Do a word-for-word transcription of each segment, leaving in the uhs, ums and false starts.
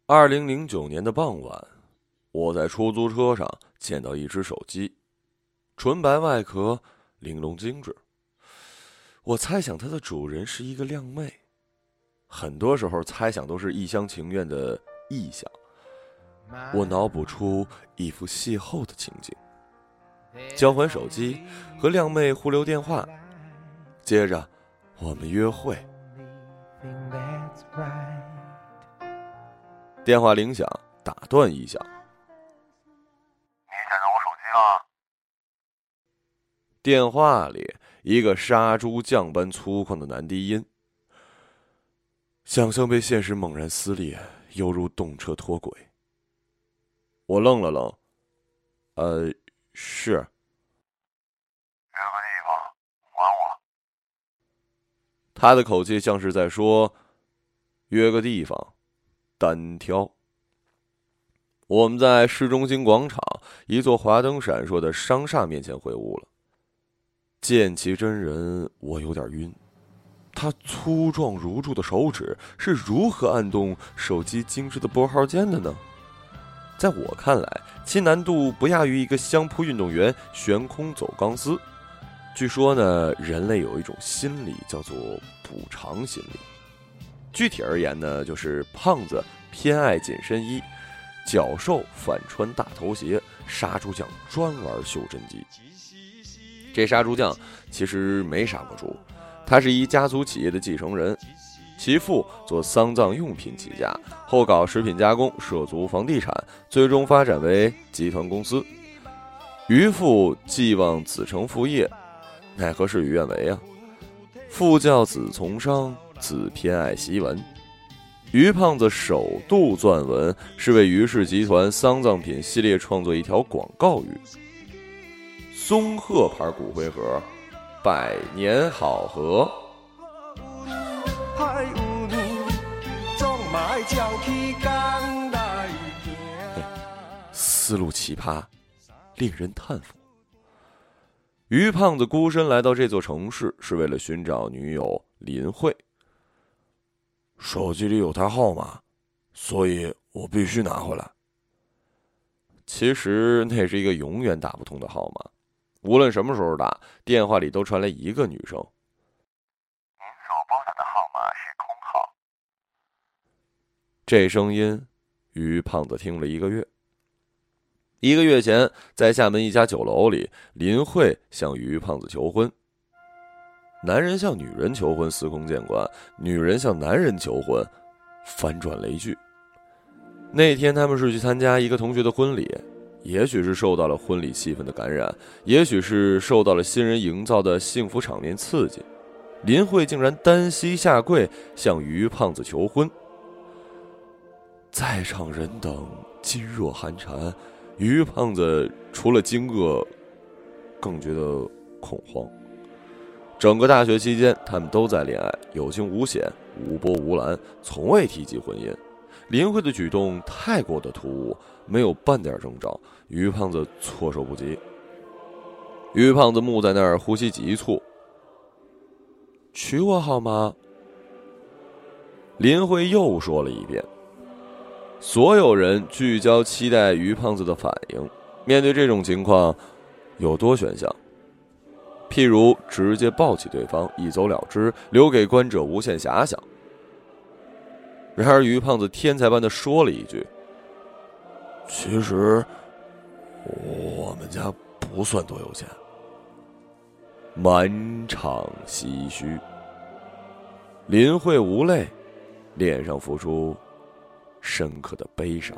二零零九年的傍晚，我在出租车上见到一只手机，纯白外壳，玲珑精致。我猜想它的主人是一个靓妹，很多时候猜想都是一厢情愿的臆想。我脑补出一幅邂逅的情景，交换手机，和靓妹互留电话，接着我们约会。电话铃响，打断臆想。 你捡到我手机了？ 电话里一个杀猪匠般粗犷的男低音，想象被现实猛然撕裂，犹如动车脱轨。我愣了愣，呃，是。约个地方，还我。 他的口气像是在说，约个地方，单挑。我们在市中心广场一座华灯闪烁的商厦面前会晤了。见其真人，我有点晕。他粗壮如柱的手指是如何按动手机精致的拨号键的呢？在我看来，其难度不亚于一个相扑运动员悬空走钢丝。据说呢，人类有一种心理叫做补偿心理。具体而言呢，就是胖子偏爱紧身衣，脚瘦反穿大头鞋，杀猪匠专玩袖珍机。这杀猪匠其实没杀过猪，他是一家族企业的继承人，其父做丧葬用品起家，后搞食品加工，涉足房地产，最终发展为集团公司。于父寄望子承父业，奈何事与愿违啊！父教子从商，子偏爱习文。于胖子首度撰文，是为于氏集团丧葬品系列创作一条广告语：松鹤牌骨灰盒，百年好合。思路奇葩，令人叹服。于胖子孤身来到这座城市，是为了寻找女友林慧。 手机里有她号码，所以我必须拿回来。 其实那是一个永远打不通的号码，无论什么时候打，电话里都传来一个女声： 您所拨打的号码是空号。 这声音，于胖子听了一个月。一个月前，在厦门一家酒楼里，林慧向于胖子求婚。男人向女人求婚司空见惯，女人向男人求婚反转雷剧。那天他们是去参加一个同学的婚礼，也许是受到了婚礼气氛的感染，也许是受到了新人营造的幸福场面刺激，林慧竟然单膝下跪向于胖子求婚。在场人等噤若寒蝉，于胖子除了惊愕，更觉得恐慌。整个大学期间，他们都在恋爱，有惊无险，无波无澜，从未提及婚姻。林慧的举动太过的突兀，没有半点征兆，于胖子措手不及。于胖子木在那儿，呼吸急促。娶我好吗？林慧又说了一遍。所有人聚焦期待于胖子的反应。面对这种情况，有多选项，譬如直接抱起对方一走了之，留给观者无限遐想。然而于胖子天才般的说了一句： 其实我们家不算多有钱。 满场唏嘘。林慧无泪，脸上浮出深刻的悲伤。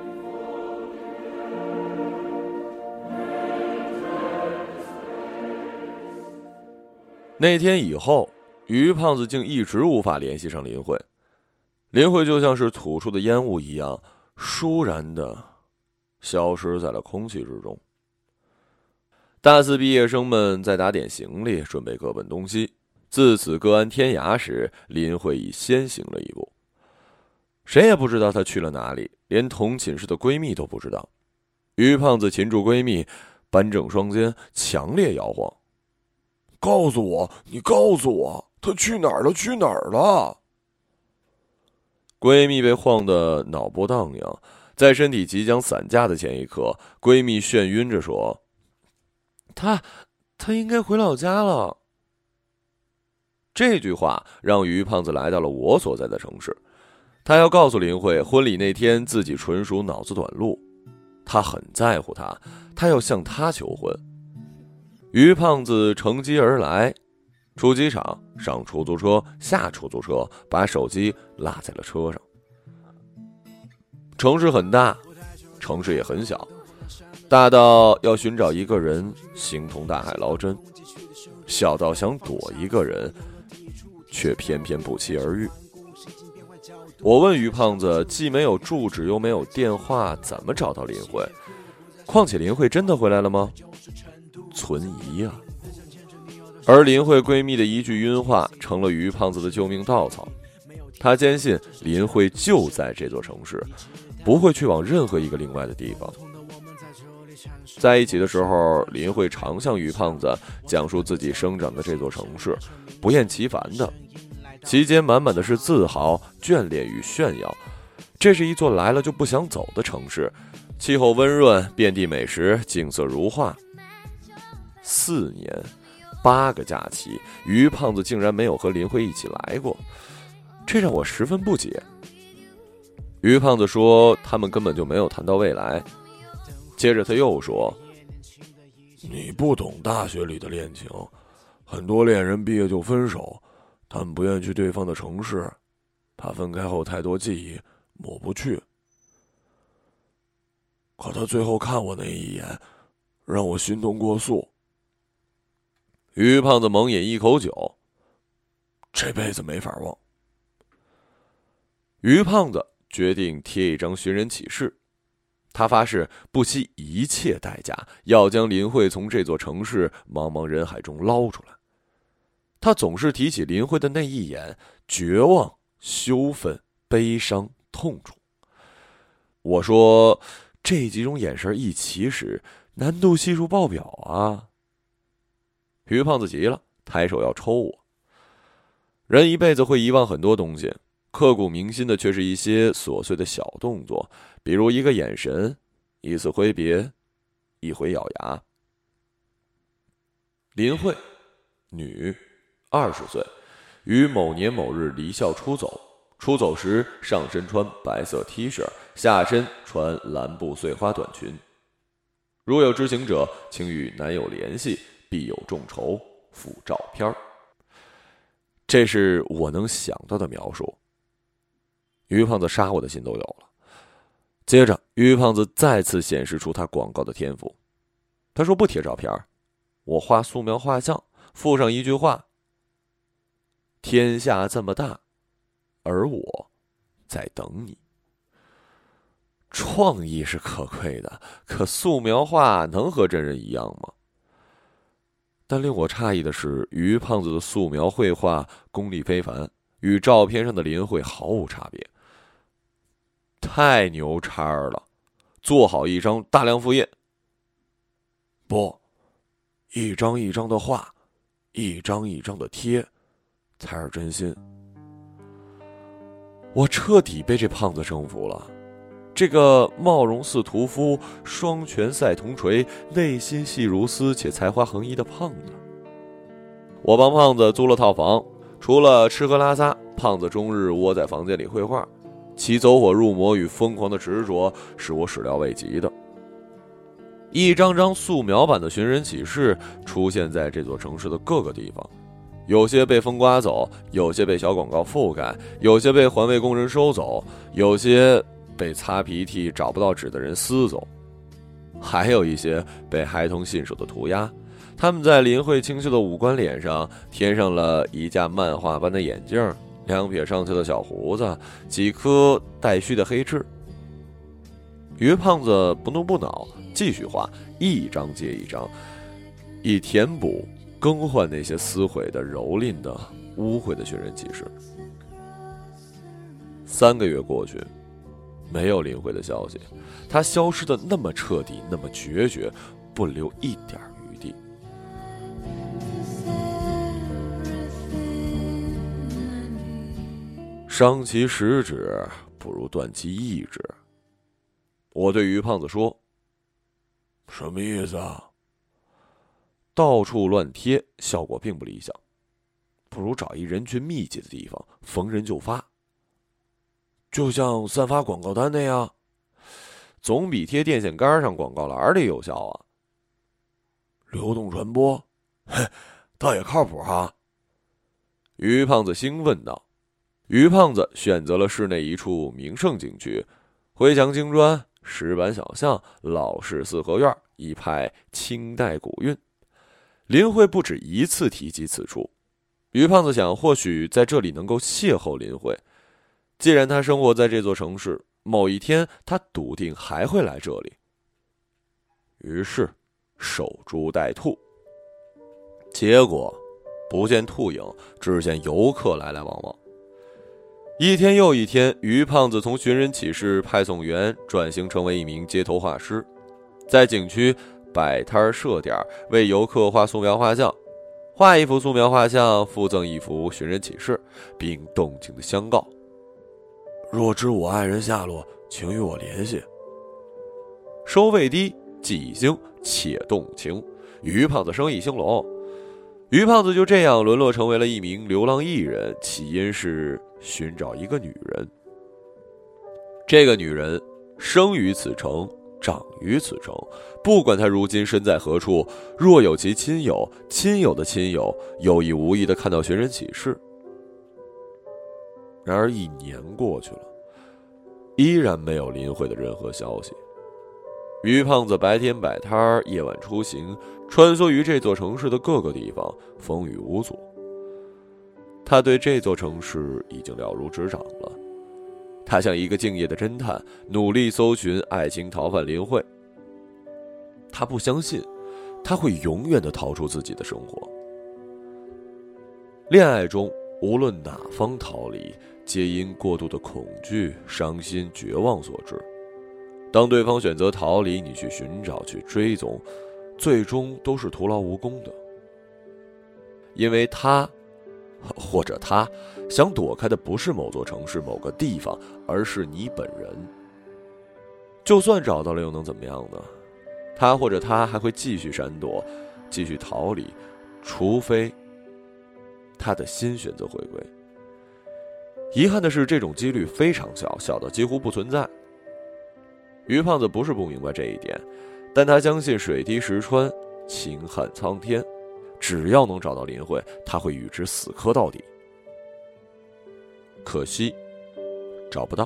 那天以后，于胖子竟一直无法联系上林慧。林慧就像是吐出的烟雾一样，倏然的消失在了空气之中。大四毕业生们在打点行李，准备各奔东西。自此各安天涯时，林慧已先行了一步。谁也不知道她去了哪里，连同寝室的闺蜜都不知道。于胖子擒住闺蜜，扳正双肩，强烈摇晃： 告诉我，你告诉我，她去哪儿了？去哪儿了？ 闺蜜被晃得脑波荡漾，在身体即将散架的前一刻，闺蜜眩晕着说：“她，她应该回老家了。”这句话让于胖子来到了我所在的城市，他要告诉林慧，婚礼那天自己纯属脑子短路，他很在乎她，他要向她求婚。于胖子乘机而来，出机场，上出租车，下出租车，把手机落在了车上。城市很大，城市也很小，大到要寻找一个人形同大海捞针，小到想躲一个人却偏偏不期而遇。我问于胖子，既没有住址又没有电话，怎么找到林慧？况且林慧真的回来了吗？存疑啊。而林慧闺蜜的一句晕话成了于胖子的救命稻草，她坚信林慧就在这座城市，不会去往任何一个另外的地方。在一起的时候，林慧常向于胖子讲述自己生长的这座城市，不厌其烦的，其间满满的是自豪、眷恋与炫耀。这是一座来了就不想走的城市，气候温润，遍地美食，景色如画。四年八个假期，于胖子竟然没有和林慧一起来过，这让我十分不解。于胖子说他们根本就没有谈到未来，接着他又说：“ 你不懂大学里的恋情，很多恋人毕业就分手，他们不愿去对方的城市，怕分开后太多记忆抹不去。可他最后看我那一眼，让我心动过速。” 于胖子猛饮一口酒， 这辈子没法忘。 于胖子决定贴一张寻人启事，他发誓不惜一切代价要将林慧从这座城市茫茫人海中捞出来。他总是提起林慧的那一眼，绝望、羞愤、悲伤、痛楚。我说，这几种眼神一起时，难度系数爆表啊！于胖子急了，抬手要抽我。人一辈子会遗忘很多东西，刻骨铭心的却是一些琐碎的小动作，比如一个眼神，一次挥别，一回咬牙。林慧，女，二十岁，于某年某日离校出走。出走时上身穿白色 T 恤，下身穿蓝布碎花短裙。如有知情者，请与男友联系，必有众筹，附照片。这是我能想到的描述。于胖子杀我的心都有了。接着，于胖子再次显示出他广告的天赋。他说不贴照片，我画素描画像，附上一句话：天下这么大，而我在等你。创意是可贵的，可素描画能和真人一样吗？但令我诧异的是，于胖子的素描绘画功力非凡，与照片上的林慧毫无差别。太牛叉了，做好一张大量复印。 不，一张一张的画，一张一张的贴，才是真心。 我彻底被这胖子征服了。这个貌容似屠夫，双拳赛铜锤，内心细如丝且才华横溢的胖子。我帮胖子租了套房，除了吃喝拉撒，胖子终日窝在房间里绘画，其走火入魔与疯狂的执着是我始料未及的。一张张素描版的寻人启事出现在这座城市的各个地方，有些被风刮走，有些被小广告覆盖，有些被环卫工人收走，有些被擦鼻涕找不到纸的人撕走，还有一些被孩童信手的涂鸦。他们在林慧清秀的五官脸上添上了一架漫画般的眼镜，两撇上翘的小胡子，几颗带须的黑痣。于胖子不怒不恼，继续画，一张接一张，以填补更换那些撕毁的、蹂躏的、污秽的寻人启事。三个月过去，没有林慧的消息，她消失的那么彻底，那么决绝，不留一点余地。 伤其十指，不如断其一指。我对于胖子说： 什么意思啊？ 到处乱贴，效果并不理想，不如找一人群密集的地方，逢人就发。 就像散发广告单那样， 总比贴电线杆上广告栏里有效啊。 流动传播，嘿，倒也靠谱哈。 于胖子兴奋道。于胖子选择了市内一处名胜景区，回墙青砖、石板小巷、老式四合院，一派清代古韵。林慧不止一次提及此处，于胖子想，或许在这里能够邂逅林慧。既然他生活在这座城市，某一天他笃定还会来这里。于是守株待兔。结果不见兔影，只见游客来来往往。一天又一天，于胖子从寻人启事派送员转型成为一名街头画师，在景区摆摊设点，为游客画素描画像，画一幅素描画像附赠一幅寻人启事，并动情地相告： 若知我爱人下落，请与我联系。 收费低，即兴且动情，于胖子生意兴隆。于胖子就这样沦落成为了一名流浪艺人，起因是寻找一个女人。这个女人生于此城，长于此城，不管她如今身在何处，若有其亲友，亲友的亲友有意无意地看到寻人启事。然而一年过去了，依然没有林慧的任何消息。于胖子白天摆摊，夜晚出行，穿梭于这座城市的各个地方，风雨无阻。他对这座城市已经了如指掌了。他像一个敬业的侦探，努力搜寻爱情逃犯林慧。他不相信他会永远地逃出自己的生活。恋爱中无论哪方逃离，皆因过度的恐惧、伤心、绝望所致。当对方选择逃离，你去寻找、去追踪，最终都是徒劳无功的。因为他或者他想躲开的不是某座城市、某个地方，而是你本人。就算找到了，又能怎么样呢？他或者他还会继续闪躲，继续逃离，除非他的心选择回归。遗憾的是，这种几率非常小，小到几乎不存在。于胖子不是不明白这一点，但他相信水滴石穿，秦汉苍天，只要能找到林慧，他会与之死磕到底。可惜找不到，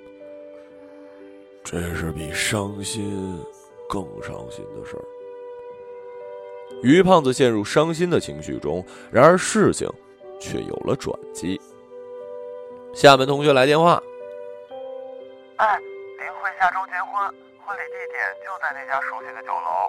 这是比伤心更伤心的事儿。 于胖子陷入伤心的情绪中，然而事情却有了转机。厦门同学来电话： 哎，林慧下周结婚，婚礼地点就在那家熟悉的酒楼。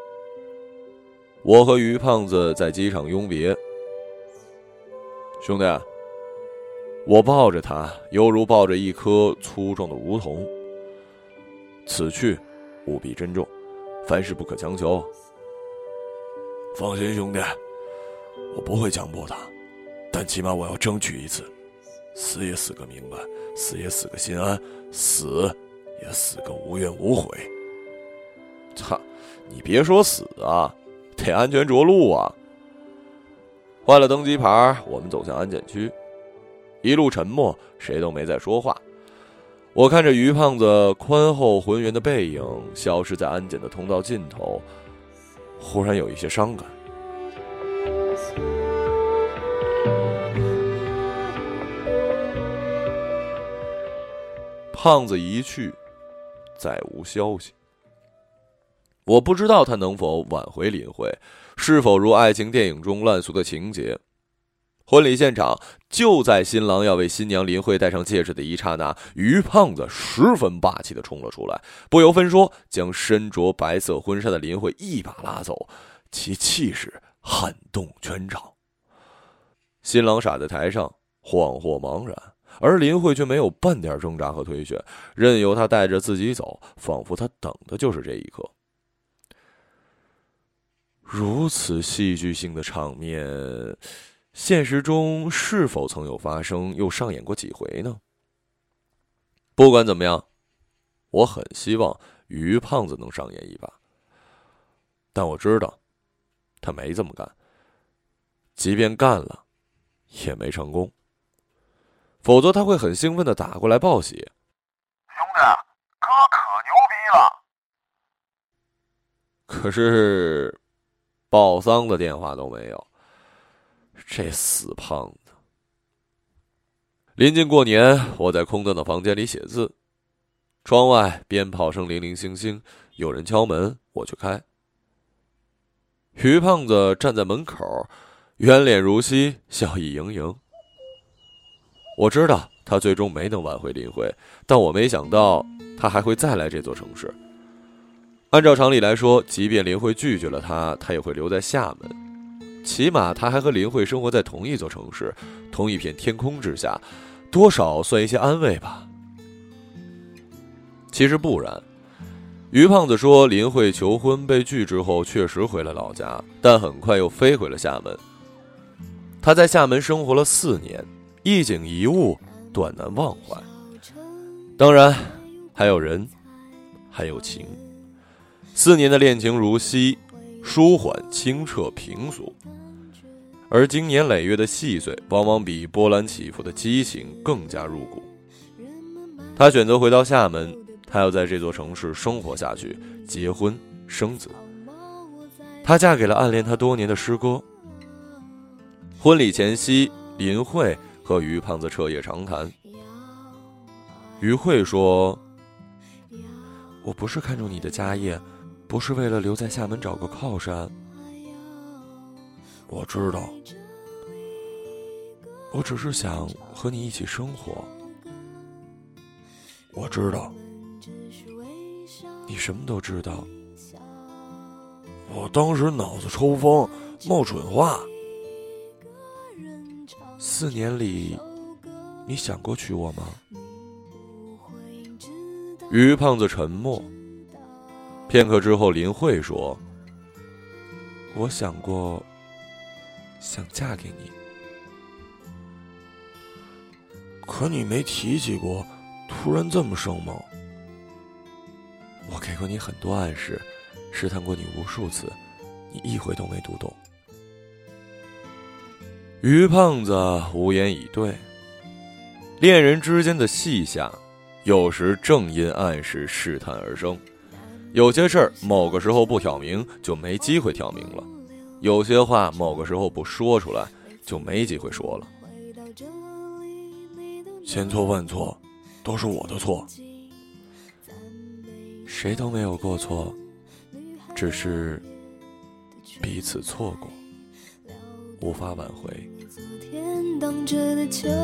我和于胖子在机场拥别。兄弟，我抱着他，犹如抱着一颗粗壮的梧桐。此去务必珍重，凡事不可强求。 放心，兄弟，我不会强迫他，但起码我要争取一次，死也死个明白，死也死个心安，死也死个无怨无悔。 操，你别说死啊，得安全着陆啊！换了登机牌，我们走向安检区，一路沉默，谁都没再说话。我看着于胖子宽厚浑圆的背影消失在安检的通道尽头，忽然有一些伤感。胖子一去，再无消息。我不知道他能否挽回林慧，是否如爱情电影中烂俗的情节。婚礼现场就在新郎要为新娘林慧戴上戒指的一刹那，于胖子十分霸气地冲了出来，不由分说将身着白色婚纱的林慧一把拉走，其气势撼动全场。新郎傻在台上恍惚茫然，而林慧却没有半点挣扎和推却，任由他带着自己走，仿佛他等的就是这一刻。如此戏剧性的场面， 现实中是否曾有发生，又上演过几回呢？不管怎么样，我很希望于胖子能上演一把，但我知道他没这么干，即便干了也没成功，否则他会很兴奋地打过来报喜。 兄弟，哥可牛逼了！ 可是报丧的电话都没有，这死胖子。临近过年，我在空荡的房间里写字，窗外鞭炮声零零星星，有人敲门，我去开。于胖子站在门口，圆脸如昔，笑意盈盈。我知道他最终没能挽回林慧，但我没想到他还会再来这座城市。按照常理来说，即便林慧拒绝了他，他也会留在厦门，起码他还和林慧生活在同一座城市，同一片天空之下，多少算一些安慰吧。其实不然，于胖子说林慧求婚被拒之后确实回了老家，但很快又飞回了厦门。他在厦门生活了四年，一景一物，断难忘怀。当然还有人，还有情。四年的恋情如昔，舒缓、清澈、平俗，而经年累月的细碎往往比波澜起伏的激情更加入骨。他选择回到厦门，他要在这座城市生活下去，结婚生子。他嫁给了暗恋他多年的师哥。婚礼前夕，林慧和于胖子彻夜长谈。于慧说，我不是看中你的家业，不是为了留在厦门找个靠山。我知道，我只是想和你一起生活。我知道，你什么都知道。我当时脑子抽风，冒蠢话。四年里，你想过娶我吗？于胖子沉默。片刻之后，林慧说，我想过想嫁给你，可你没提起过，突然这么生猛。我给过你很多暗示，试探过你无数次，你一回都没读懂。于胖子无言以对。恋人之间的戏下，有时正因暗示试探而生。有些事儿某个时候不挑明，就没机会挑明了；有些话某个时候不说出来，就没机会说了。千错万错，都是我的错。谁都没有过错，只是彼此错过，无法挽回。天荡着的秋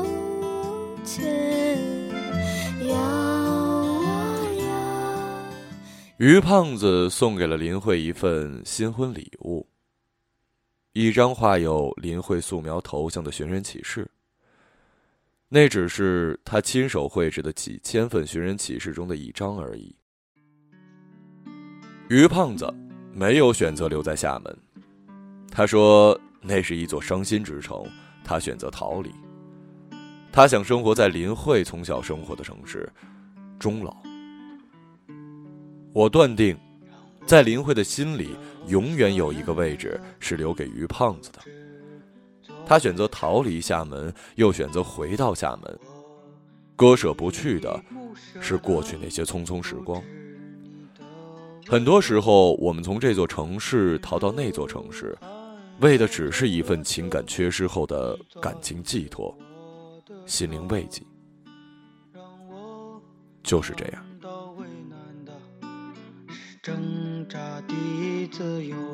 千摇啊摇。于胖子送给了林慧一份新婚礼物，一张画有林慧素描头像的寻人启事。那只是他亲手绘制的几千份寻人启事中的一张而已。于胖子没有选择留在厦门，他说那是一座伤心之城，他选择逃离。他想生活在林慧从小生活的城市，终老。我断定，在林慧的心里，永远有一个位置是留给于胖子的。他选择逃离厦门，又选择回到厦门，割舍不去的是过去那些匆匆时光。很多时候，我们从这座城市逃到那座城市，为的只是一份情感缺失后的感情寄托，心灵慰藉。就是这样。挣扎的自由，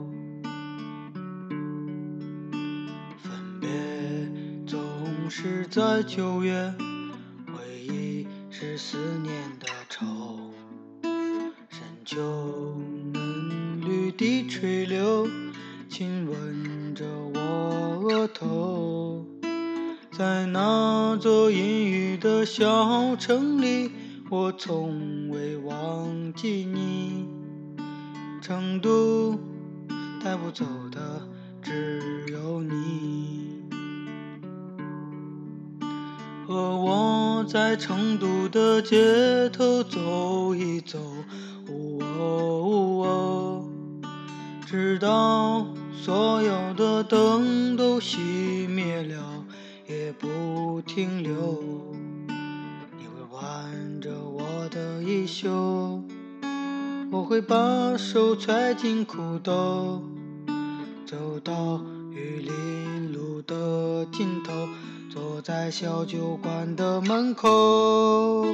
分别总是在九月，回忆是思念的愁，深秋嫩绿的垂柳亲吻着我额头，在那座阴雨的小城里，我从未忘记你。成都带不走的只有你。和我在成都的街头走一走，哦哦哦，直到所有的灯都熄灭了，也不停留。你会挽着我的衣袖，我会把手揣进裤兜，走到玉林路的尽头，坐在小酒馆的门口。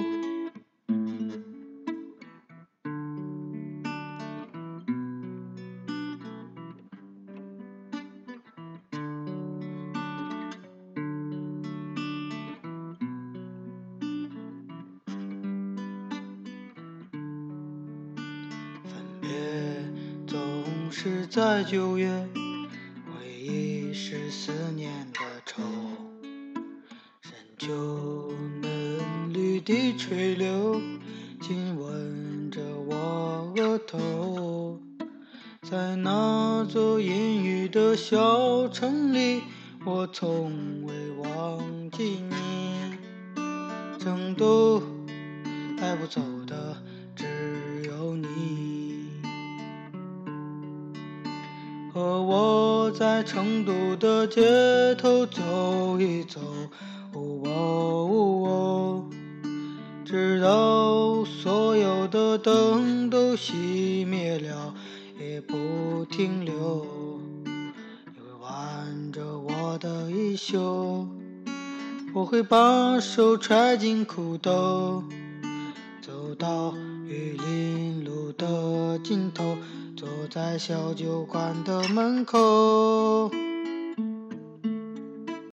分别总是在九月，回忆是思念的愁，深秋嫩绿的垂柳亲吻着我额头，在那座阴郁的小城里，我从未忘记你。成都带不走的只有你。和我在成都的街头走一走，哦哦哦，直到所有的灯都熄灭了，也不停留。你会挽着我的衣袖，我会把手揣进裤兜，走到玉林路的尽头，坐在小酒馆的门口。